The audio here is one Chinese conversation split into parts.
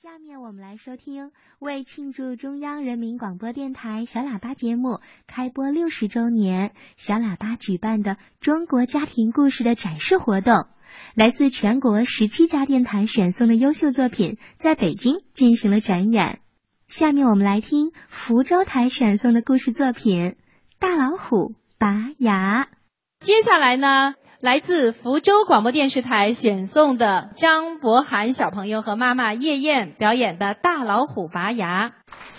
下面我们来收听为庆祝中央人民广播电台小喇叭节目开播60周年，小喇叭举办的中国家庭故事的展示活动。来自全国17家电台选送的优秀作品在北京进行了展演。下面我们来听福州台选送的故事作品《大老虎拔牙》。 接下来呢，来自福州广播电视台选送的张博涵小朋友和妈妈叶燕表演的《大老虎拔牙》。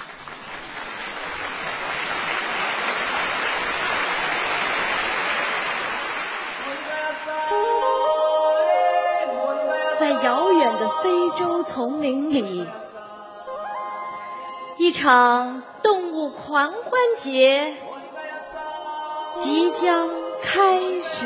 在遥远的非洲丛林里，一场动物狂欢节即将开始。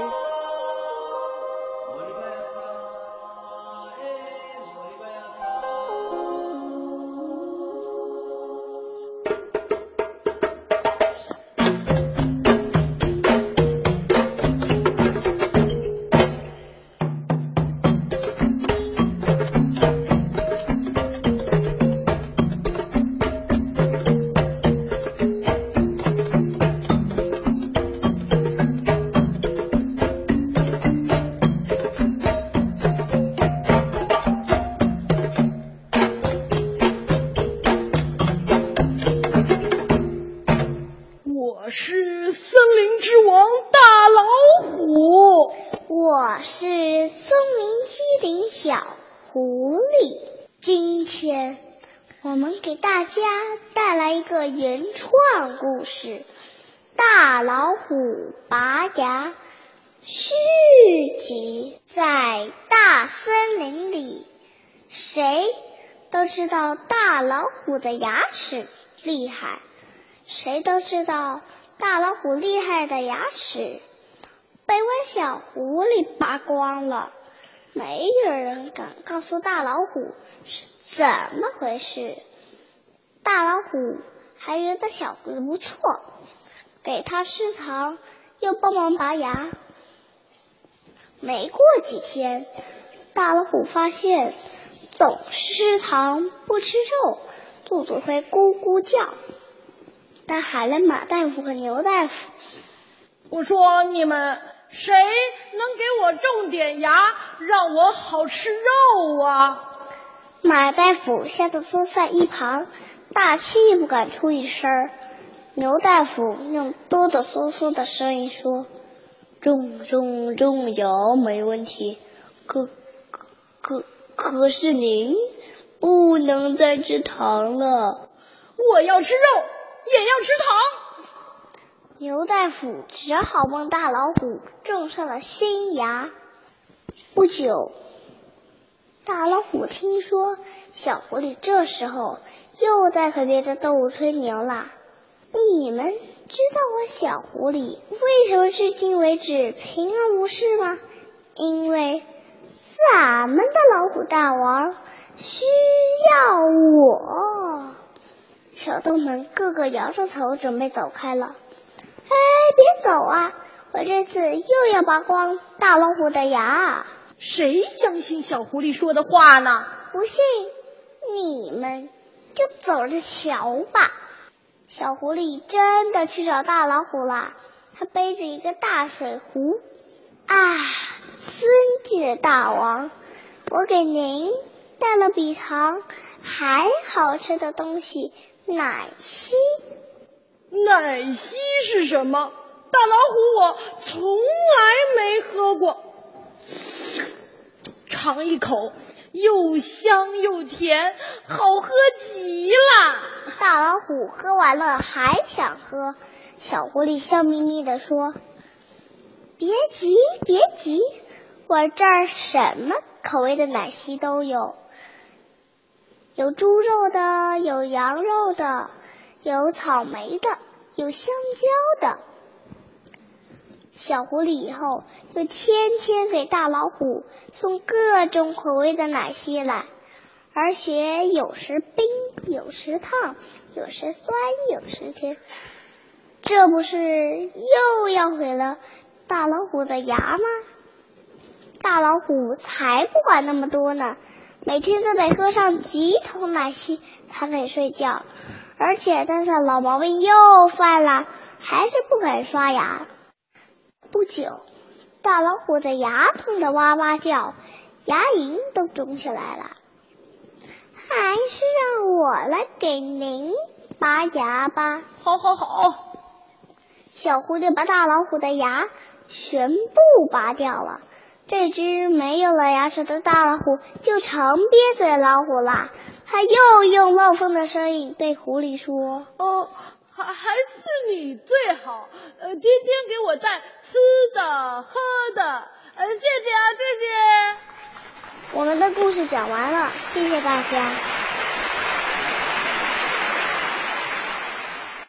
我是森林之王大老虎， 我是松林机灵小狐狸。今天我们给大家带来一个原创故事《大老虎拔牙》续集。在大森林里，谁都知道大老虎的牙齿厉害，谁都知道大老虎厉害的牙齿被我小狐狸拔光了。没有人敢告诉大老虎是怎么回事。大老虎还觉得小狐狸不错，给他吃糖又帮忙拔牙。没过几天，大老虎发现总是吃糖不吃肉，肚子会咕咕叫。他喊了马大夫和牛大夫， 我说你们谁能给我种点牙，让我好吃肉啊？ 马大夫吓得缩在一旁，大气也不敢出一声。牛大夫用哆哆嗦嗦的声音说：种牙没问题，可是您不能再吃糖了。 我要吃肉也要吃糖。 牛大夫只好帮大老虎种上了新牙。不久，大老虎听说小狐狸这时候又在和别的动物吹牛啦。你们知道我小狐狸为什么至今为止平安无事吗？因为咱们的老虎大王需要我。小动物们个个摇着头准备走开了。别走啊，我这次又要拔光大老虎的牙。 谁相信小狐狸说的话呢？ 不信你们就走着瞧吧。小狐狸真的去找大老虎了，他背着一个大水壶。尊敬的大王，我给您带了比糖还好吃的东西——奶昔。 奶昔是什么？大老虎我从来没喝过。尝一口，又香又甜，好喝极了。 大老虎喝完了还想喝，小狐狸笑眯眯地说：别急，我这儿什么口味的奶昔都有，有猪肉的，有羊肉的，有草莓的，有香蕉的。小狐狸以后就天天给大老虎送各种口味的奶昔来，而且有时冰，有时烫，有时酸，有时甜。这不是又要毁了大老虎的牙吗？大老虎才不管那么多呢， 每天都得喝上几桶奶昔才肯睡觉，而且但是老毛病又犯了，还是不肯刷牙。不久，大老虎的牙痛得哇哇叫，牙龈都肿起来了。还是让我来给您拔牙吧。 好好好。 小狐狸把大老虎的牙全部拔掉了，这只没有了牙齿的大老虎就成瘪嘴老虎了。他又用漏风的声音对狐狸说： 还是你最好，天天给我带吃的喝的，谢谢啊，谢谢。 我们的故事讲完了，谢谢大家。